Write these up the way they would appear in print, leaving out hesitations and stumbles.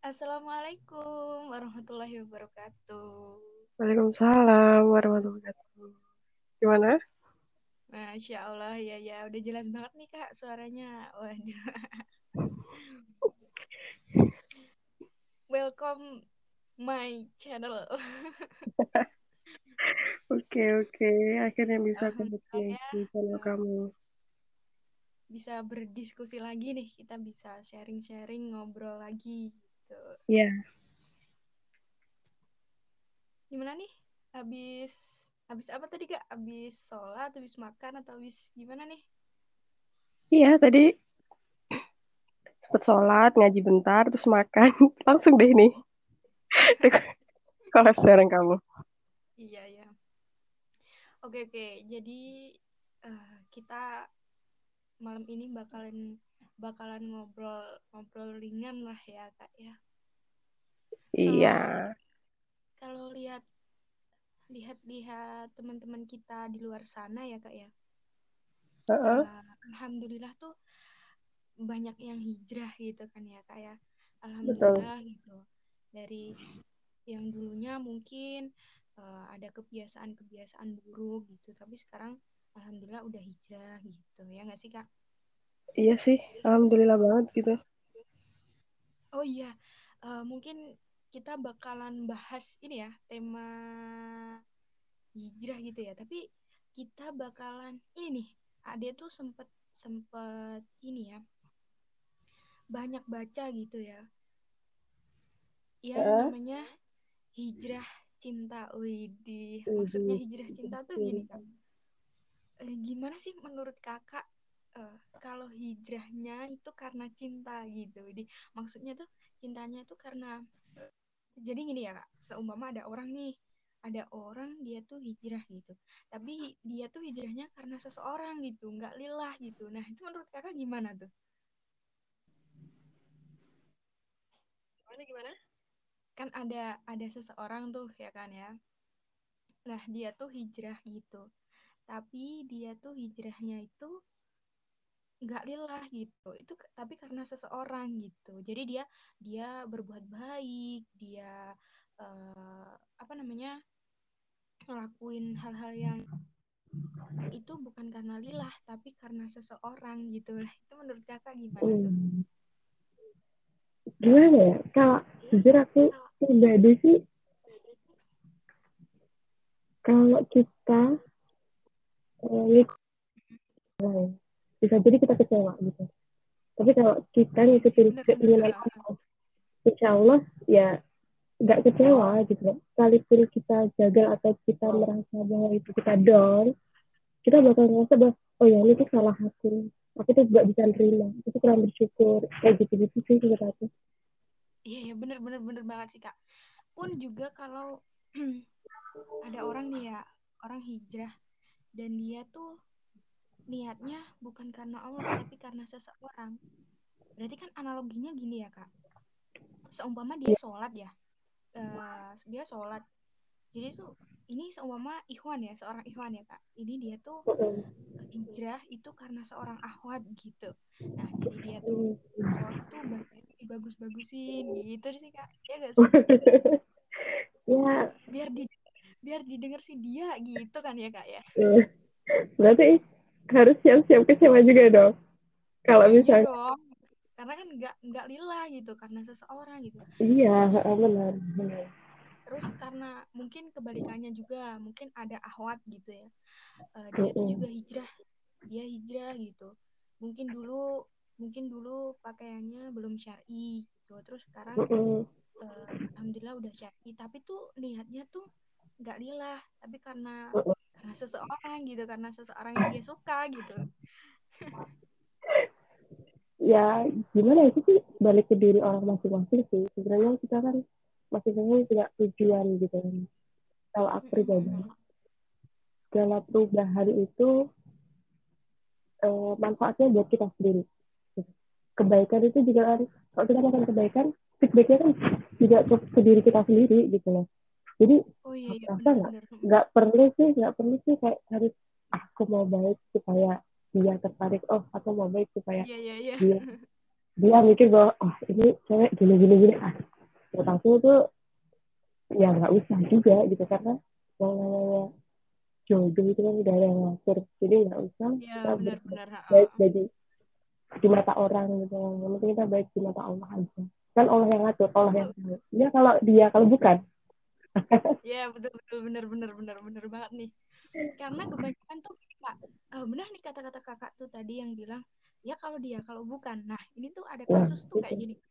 Assalamualaikum warahmatullahi wabarakatuh. Waalaikumsalam warahmatullahi wabarakatuh. Gimana? Masya Allah, ya ya, udah jelas banget nih Kak suaranya. Waduh, welcome my channel. Oke, oke. Akhirnya bisa ketemu Alhamdulillah nih ya, di channel eh, kamu. bisa berdiskusi lagi nih. Kita bisa sharing-sharing, ngobrol lagi gitu. Iya, Gimana nih? Habis habis apa tadi Kak? Habis sholat, habis makan atau habis gimana nih? iya tadi sempat sholat, ngaji bentar, terus makan. Langsung deh nih. Kalau sekarang kamu. Iya ya. Oke oke. Jadi kita malam ini bakalan bakalan ngobrol ngobrol ringan lah ya Kak ya. Iya. Kalau kalau lihat teman-teman kita di luar sana ya Kak ya. Heeh, Alhamdulillah tuh banyak yang hijrah gitu kan ya Kak ya. betul. Alhamdulillah gitu. Dari yang dulunya mungkin ada kebiasaan-kebiasaan buruk gitu, tapi sekarang alhamdulillah udah hijrah gitu. Ya nggak sih Kak? Iya sih, alhamdulillah banget gitu. Oh iya, mungkin kita bakalan bahas ini ya, tema hijrah gitu ya. Tapi kita bakalan ini nih, Ade tuh sempet sempet ini ya, banyak baca gitu ya, yang Heeh. namanya hijrah cinta. Widih, maksudnya Widih. hijrah cinta tuh gini Kak. Gimana sih menurut Kakak kalau hijrahnya itu karena cinta gitu? Jadi maksudnya tuh cintanya tuh karena jadi gini ya Kak, seumpama ada orang dia tuh hijrah gitu, tapi dia tuh hijrahnya karena seseorang gitu, nggak lillah gitu. Nah itu menurut Kakak gimana tuh? Gimana, gimana? Kan ada seseorang tuh ya kan ya, nah dia tuh hijrah gitu, tapi dia tuh hijrahnya itu nggak lillah gitu, itu tapi karena seseorang gitu. Jadi dia dia berbuat baik, dia apa namanya ngelakuin hal-hal yang itu bukan karena lillah tapi karena seseorang gitu lah. Itu menurut Kakak gimana tuh? Hmm. Gimana ya? Kalau jujur aku pribadi sih, kalau kita ngikut orang ya, bisa jadi kita kecewa gitu. Tapi kalau kita Iya sih, ngikutin bener-bener. keinginan Allah, insya Allah ya nggak kecewa gitu loh. Sekalipun kita gagal atau kita merasa bahwa itu kita down, kita bakal ngerasa bahwa oh ya ini tuh salah aku tuh gak bisa nerima, aku tuh kurang bersyukur, kayak gitu-gitu sih menurut aku. Iya ya, bener-bener bener banget sih Kak. Pun juga kalau ada orang nih ya, orang hijrah dan dia tuh niatnya bukan karena Allah tapi karena seseorang. Berarti kan analoginya gini ya Kak. Seumpama dia Ya, sholat ya, dia sholat. Jadi tuh ini seumpama Ikhwan ya, seorang Ikhwan ya Kak. Ini dia tuh hijrah itu karena seorang akhwat gitu. Nah, jadi dia tuh sholat tuh bacanya dibagus-bagusin gitu sih Kak. Ya gak sih? ya, Biar di biar didengar sih dia gitu kan ya Kak ya. berarti harus siap-siap kecewa juga dong. Kalau Iya misalnya, dong. Karena kan nggak lillah gitu, karena seseorang gitu. iya, Terus benar, benar. terus karena mungkin kebalikannya juga, mungkin ada akhwat gitu ya. Dia tuh juga hijrah, dia hijrah gitu. Mungkin dulu pakaiannya belum syar'i gitu. Terus sekarang alhamdulillah udah syar'i, tapi tuh niatnya tuh nggak lillah, tapi karena seseorang gitu, karena seseorang yang dia suka gitu. Ya gimana ya, itu sih balik ke diri orang masing-masing sih. Sebenarnya kita kan masing-masing punya tujuan gitu kan. Kalau aku pribadi, segala perubahan itu manfaatnya buat kita sendiri. Kebaikan itu juga kan, kalau kita melakukan kebaikan, feedbacknya kan juga ke diri kita sendiri gitu loh. Jadi Oh iya aku iya rasa benar-benar. nggak perlu sih kayak harus aku mau baik supaya dia tertarik. Oh, aku mau baik supaya Iya iya iya. dia dia mikir bahwa oh ini cewek gini gini gini. menurut aku tuh ya nggak usah juga gitu, karena yang namanya jodoh itu kan udah ada yang ngatur, jadi nggak usah Ya kita benar-benar. baik jadi di mata orang gitu, yang penting kita baik di mata Allah aja, kan Allah yang ngatur, Allah yang Betul. tahu ya, kalau dia kalau bukan. Ya betul betul benar-benar benar-benar banget nih. Karena kebanyakan tuh Kak, benar nih kata-kata kakak tuh tadi yang bilang ya kalau dia kalau bukan. Nah ini tuh ada Nah kasus tuh kayak gitu. gini.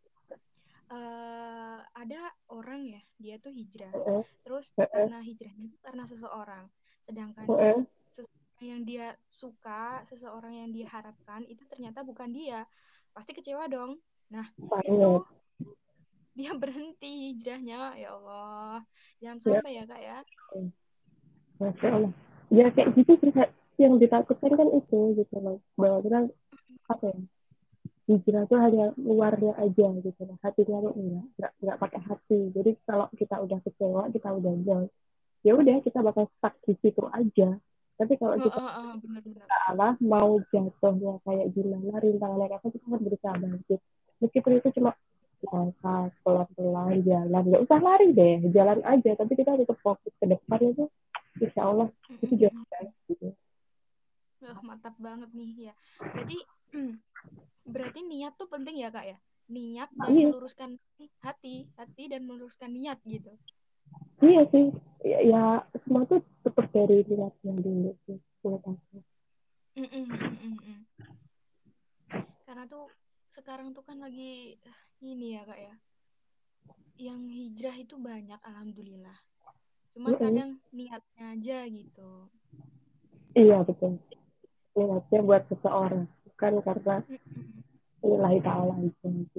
Ada orang ya dia tuh hijrah. Heeh, Terus heeh, karena hijrahnya itu karena seseorang. Sedangkan heeh. seseorang yang dia suka, seseorang yang dia harapkan itu ternyata bukan dia. Pasti kecewa dong. Nah itu Banget dia berhenti hijrahnya. Ya Allah, jangan ya. sampai ya Kak ya. Masya Allah. Ya kayak gitu sih Kak. Yang ditakutkan kan itu gitu loh. Bahwa kita apa ya? Hijrah tuh hanya luarnya aja gitu loh. Hatinya tuh enggak pakai hati. Jadi kalau kita udah kecewa, kita udah down, ya udah kita bakal stuck di situ aja. Tapi kalau kita Benar-benar. salah mau jatuhnya kayak gimana, rintangannya apa, kita harus berusaha bangkit. Meskipun itu cuma langkah pelan-pelan jalan, nggak usah lari deh, jalan aja. Tapi kita tetap fokus ke depan itu, insya Allah itu jauh gitu. Wah, mantap banget nih ya. Berarti berarti niat tuh penting ya Kak ya. Niat dan Iya, meluruskan hati, hati dan meluruskan niat gitu. iya sih. Ya, ya semua tuh tetap dari niatnya dulu sih, menurut aku. Mm, mm, mm, mm, mm. Karena tuh sekarang tuh kan lagi ini ya Kak ya. Yang hijrah itu banyak alhamdulillah. Cuman Mm-mm. kadang niatnya aja gitu. Iya betul. Niatnya buat seseorang, bukan karena Mm, mm. lillahi ta'ala itu gitu.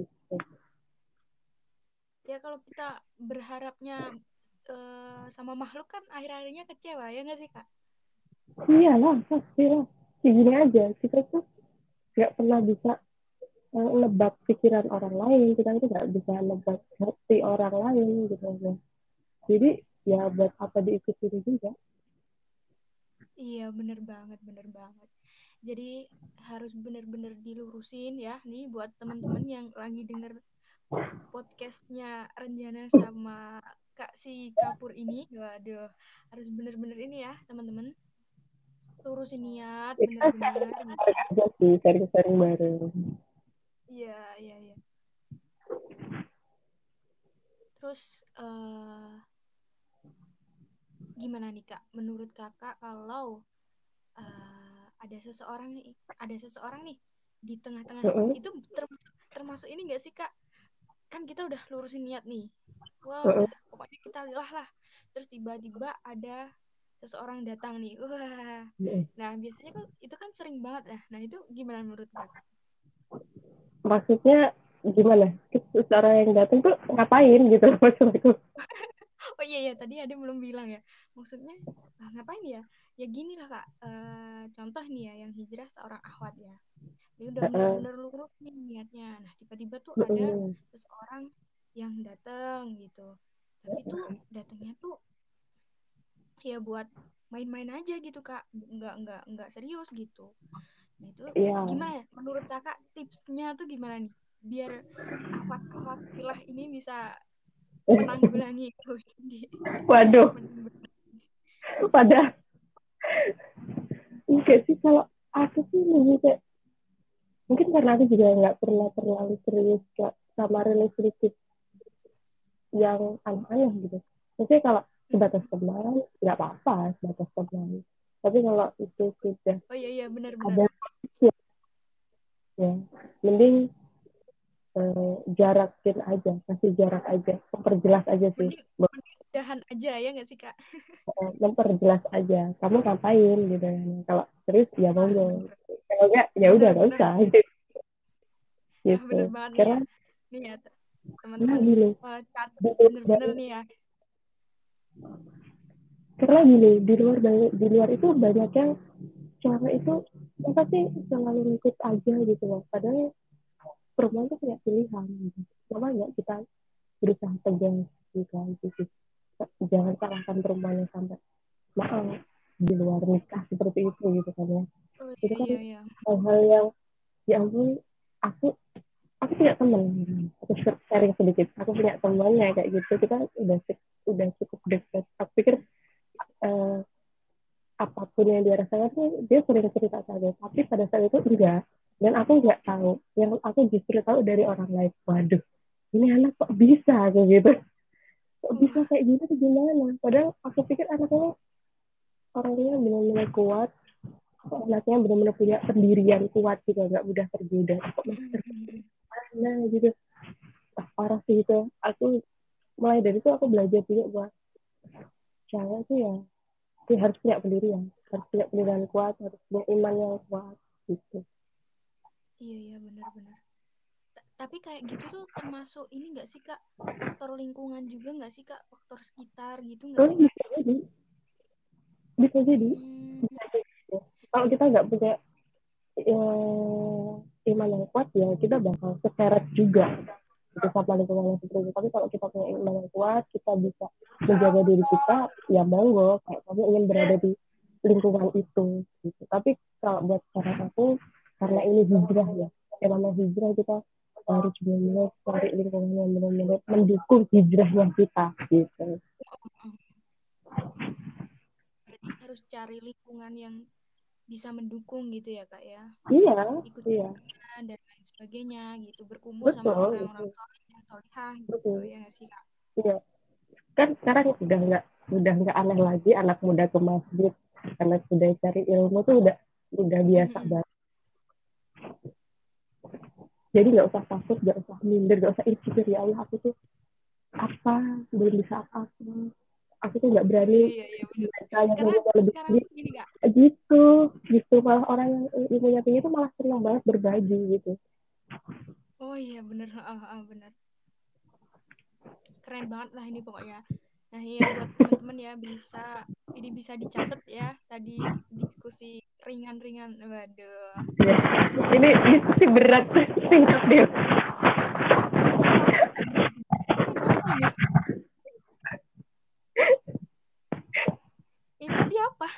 Ya kalau kita berharapnya sama makhluk kan akhir-akhirnya kecewa ya nggak sih Kak? Iyalah, pastilah. Segini aja, kita tuh nggak pernah bisa nebak pikiran orang lain, kita itu nggak bisa nebak hati orang lain gitu loh. Jadi ya buat apa diikutin juga. Iya, bener banget, bener banget. Jadi harus bener-bener dilurusin ya nih buat teman-teman yang lagi denger podcastnya Renjana sama Kak si Kapur ini. Waduh, harus bener-bener ini ya teman-teman. Lurusin niat, Ya, kita bener-bener gitu. sharing aja sih, sharing-sharing bareng. Iya, iya, iya. Terus gimana nih Kak? Menurut Kakak kalau ada seseorang nih, di tengah-tengah Heeh, itu termasuk termasuk ini gak sih Kak? Kan kita udah lurusin niat nih. Wah, heeh. udah pokoknya kita lilah lah. Terus tiba-tiba ada seseorang datang nih. Wah. Heeh. Nah, biasanya kok itu kan sering banget ya. Nah, itu gimana menurut Kakak? Maksudnya gimana? Secara yang datang tuh ngapain gitu loh maksud aku. Oh iya ya, tadi ada belum bilang ya. Maksudnya ngapain ya? Ya gini lah Kak. Contoh nih ya yang hijrah seorang akhwat ya. Dia udah Heeh, bener-bener lurus nih niatnya. Nah, tiba-tiba tuh ada heeh. seseorang yang datang gitu. Tapi tuh datangnya tuh ya buat main-main aja gitu Kak, nggak serius gitu. Nah itu Iya. gimana ya menurut Kakak tipsnya tuh gimana nih biar akhwat-akhwat pilah ini bisa menanggulangi itu Waduh, menanggulangi. pada enggak sih, kalau aku sih lebih kayak, mungkin karena aku juga nggak pernah terlalu serius Kak, sama relationship yang aneh-aneh gitu. Maksudnya kalau sebatas teman, nggak apa-apa sebatas teman. Tapi kalau itu sudah Oh iya iya benar-benar ada ya, mending jarakin aja, kasih jarak aja, memperjelas aja sih. mending mending udahan aja ya nggak sih Kak? Memperjelas aja, kamu ngapain gitu kan. Kalau serius ya Ah monggo. bener Kalau enggak ya udah bener nggak bener usah nah gitu. bener banget nih Karena ya nih ya karena teman-teman gini, catat di luar bener-bener banyak, nih ya. karena gini, di luar itu banyak yang cewek itu apa sih, selalu ngikut aja gitu loh. Padahal perempuan tuh punya pilihan gitu. Makanya kita berusaha tegas juga gitu. Jangan salahkan perempuan yang sampai maaf di luar nikah seperti itu gitu kan ya. Oh Itu iya kan iya iya. hal-hal yang ya ampun, aku aku punya teman, aku sharing sedikit, aku punya temannya kayak gitu, kita udah cukup dekat. Aku pikir uh, apapun yang dia rasakan tuh dia sering cerita saja, tapi pada saat itu enggak, dan aku nggak tahu, yang aku justru tahu dari orang lain. Waduh, ini anak kok bisa kayak gitu, kok bisa Wah, kayak gitu tuh gimana, padahal aku pikir anaknya orangnya benar-benar kuat, anaknya benar-benar punya pendirian kuat gitu, nggak mudah tergoda, kok masih terpana gitu. Ah, parah sih itu. Aku mulai dari itu aku belajar juga buat cewek tuh ya, dia harus punya pendirian, harus punya pendirian kuat, harus punya iman yang kuat gitu. iya iya benar-benar. Tapi kayak gitu tuh termasuk ini nggak sih Kak? Faktor lingkungan juga nggak sih Kak? Faktor sekitar gitu nggak Oh, sih Kak? bisa jadi, bisa jadi, Hmm, bisa jadi. Kalau kita nggak punya iman yang kuat ya kita bakal keseret juga itu sama lingkungan yang seperti itu. Tapi kalau kita punya iman yang kuat, kita bisa menjaga diri kita, ya monggo kayak kamu ingin berada di lingkungan itu gitu. Tapi kalau buat cara aku, karena ini hijrah ya, yang namanya hijrah kita harus benar-benar cari lingkungan yang benar-benar mendukung hijrahnya kita gitu. berarti harus cari lingkungan yang bisa mendukung gitu ya Kak ya? Iya, Ikut iya, dan lain sebagainya gitu. Berkumpul sama betul, orang-orang betul, soleh dan solehah gitu betul. ya nggak sih Kak? Iya, kan sekarang udah nggak aneh lagi anak muda ke masjid karena sudah cari ilmu tuh udah biasa banget. Jadi nggak usah takut, nggak usah minder, nggak usah insecure, ya Allah aku tuh apa, belum bisa apa-apa, aku tuh nggak Oh berani iya iya iya benar. mereka yang Karena ilmunya lebih sekarang tinggi tuh gini Kak. gitu. Gitu malah orang yang ilmunya tinggi itu malah senang banget berbagi gitu. Oh iya benar, benar. Keren banget lah ini pokoknya. Nah iya buat teman-teman ya ini bisa dicatat ya tadi diskusi ringan-ringan. Waduh. Ya. Jadi Ini diskusi berat singkat deh. apalagi Kak tentang apa nih? Ini tadi apa?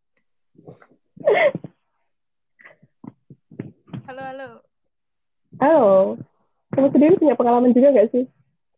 Halo halo. Halo, kamu sendiri punya pengalaman juga nggak sih?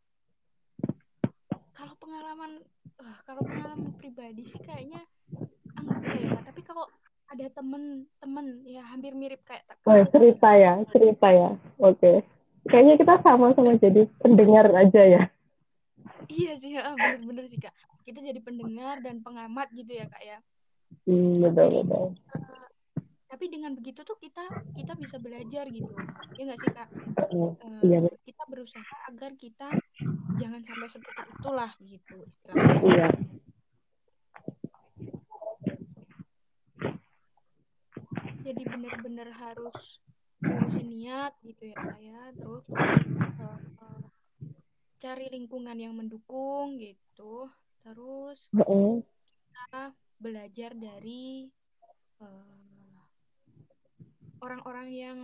Kalau pengalaman kalau pengalaman pribadi sih kayaknya enggak ya. Tapi kalau ada temen-temen ya hampir mirip kayak Oh, kakak tadi. cerita ya. Oke. Kayaknya kita sama-sama jadi pendengar aja ya. Iya sih, bener-bener sih Kak. Kita jadi pendengar dan pengamat gitu ya Kak ya. Betul, Jadi betul. eh, tapi dengan begitu tuh kita kita bisa belajar gitu. Ya nggak sih Kak? Iya, Kita berusaha agar kita jangan sampai seperti itulah gitu istilahnya. iya. Jadi bener-bener harus lurusin niat gitu ya Kak ya. Terus eh, eh, cari lingkungan yang mendukung gitu. Terus Heeh. kita belajar dari eh, orang-orang yang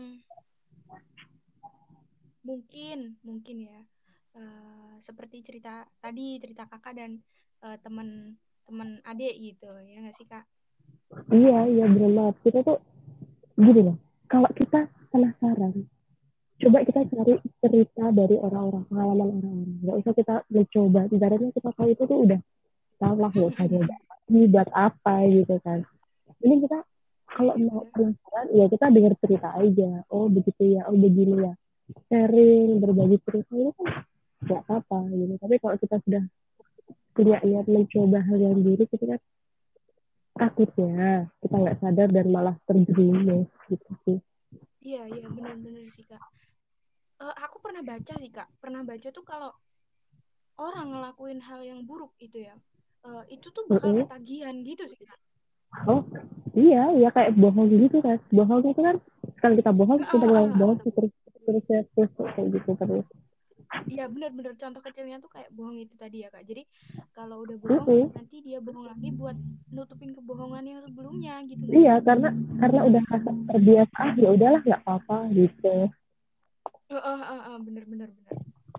mungkin ya seperti cerita kakak dan teman-teman adik gitu ya nggak sih kak? Iya, benar banget. Kita tuh gini loh. Kalau kita penasaran, coba kita cari cerita dari orang-orang, pengalaman orang-orang. Nggak usah kita mencoba. Ibaratnya kita tahu itu tuh udah salah, nggak usah nyoba. Ini buat apa gitu kan. Ini kita Iya kalau iya mau benar. penasaran, ya kita dengar cerita aja. Oh begitu ya, oh begini ya. Sharing, berbagi cerita itu kan nggak apa-apa gitu. Tapi kalau kita sudah punya niat mencoba hal yang baru, kita kan takutnya kita nggak sadar dan malah terjerumus gitu sih. Iya iya benar-benar sih kak. Aku pernah baca sih kak, pernah baca tuh kalau orang ngelakuin hal yang buruk itu ya, itu tuh bakal Mm-mm. ketagihan gitu sih kak. Oh iya, ya kayak bohong gitu kan. Bohong itu kan kalau kita bohong, kita bilang bohong terus terus terus terus kayak gitu terus. Iya benar-benar contoh kecilnya tuh kayak bohong itu tadi ya kak. Jadi kalau udah bohong Mm-mm. nanti dia bohong lagi buat nutupin kebohongan yang sebelumnya gitu nggak Iya, sih? karena udah terbiasa, ah ya udahlah nggak apa-apa gitu. Bener bener bener.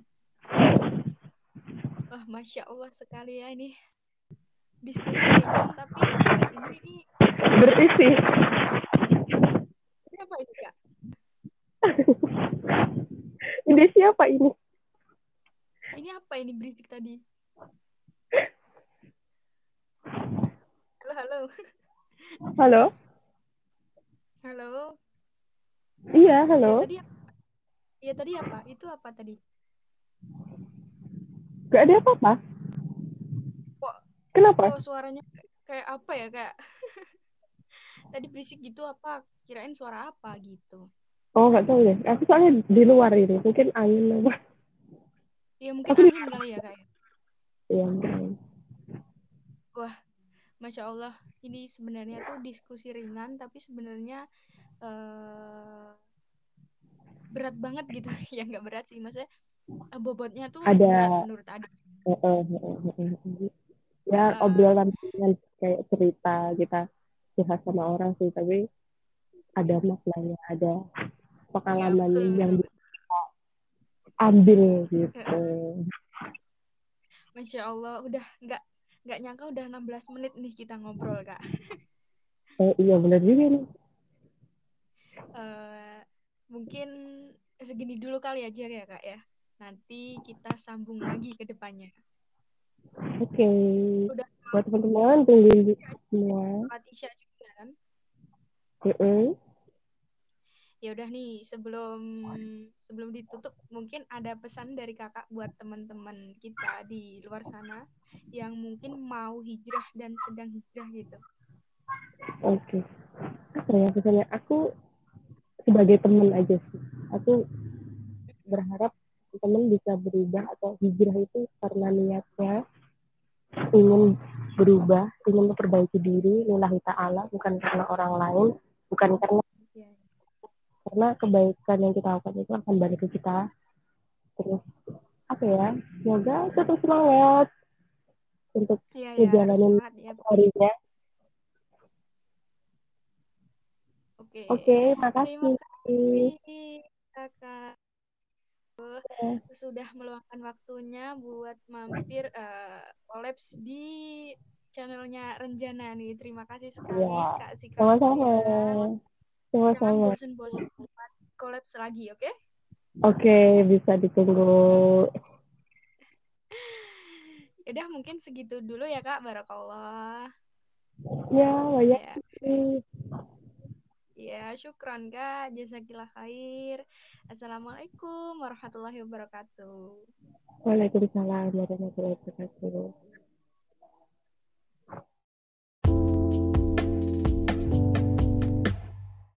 Wah, masya Allah sekali ya ini diskusi ringan tapi sampai ini Berisi. apa ini kak? Ini siapa ini? Ini apa ini berisik tadi? Halo, halo. Halo? Halo. Iya, Iya, halo. tadi iya tadi apa? Itu apa tadi? Gak ada apa-apa. Kok Kenapa? kok suaranya kayak apa ya? Kayak tadi berisik gitu apa? Kirain suara apa gitu. Oh, nggak tahu deh. Aku soalnya di luar ini. Mungkin angin apa. Ya mungkin Aku di angin kali ya, Kak ya. Iya, mungkin. Wah, Masya Allah. Ini sebenarnya tuh diskusi ringan, tapi sebenarnya berat banget gitu. Ya nggak berat sih, maksudnya bobotnya tuh berat Ada menurut Adi. ya Heeh. obrolan ringan kayak cerita kita curhat sama orang sih, tapi ada maknanya, ada Ya pengalaman betul yang betul betul. diambil gitu. Heeh. Masya Allah, udah nggak nyangka udah 16 menit nih kita ngobrol, Kak. Iya benar juga nih. Eh, Mungkin segini dulu kali aja ya, Kak ya. Nanti kita sambung lagi ke depannya. Oke, Udah buat teman-teman tungguin semua. sholat Isya juga kan? Mm-mm. Ya udah nih, sebelum sebelum ditutup, mungkin ada pesan dari Kakak buat teman-teman kita di luar sana yang mungkin mau hijrah dan sedang hijrah gitu. Oke, apa ya misalnya aku sebagai teman aja sih, aku berharap teman bisa berubah atau hijrah itu karena niatnya ingin berubah, ingin memperbaiki diri, lillahi ta'ala, bukan karena orang lain, bukan Iya, karena kebaikan yang kita lakukan itu akan balik ke kita. Terus, apa ya, semoga tetap semangat untuk iya, ya, harus ngejalanin semangat ya. harinya. Oke, Oke, terima makasih. kasih Kakak sudah meluangkan waktunya buat mampir kolaps di channelnya Renjana nih. Terima kasih Ya, sekali Kak sama-sama. Sikapnya. Jangan Sama-sama. bosen-bosen buat kolaps lagi, oke? Oke, bisa ditunggu. Udah mungkin segitu dulu ya Kak. Barakallah. Ya, banyak Ya, sih. ya, syukran Kak. Jazakillah khair. Assalamualaikum warahmatullahi wabarakatuh. Waalaikumsalam warahmatullahi wabarakatuh.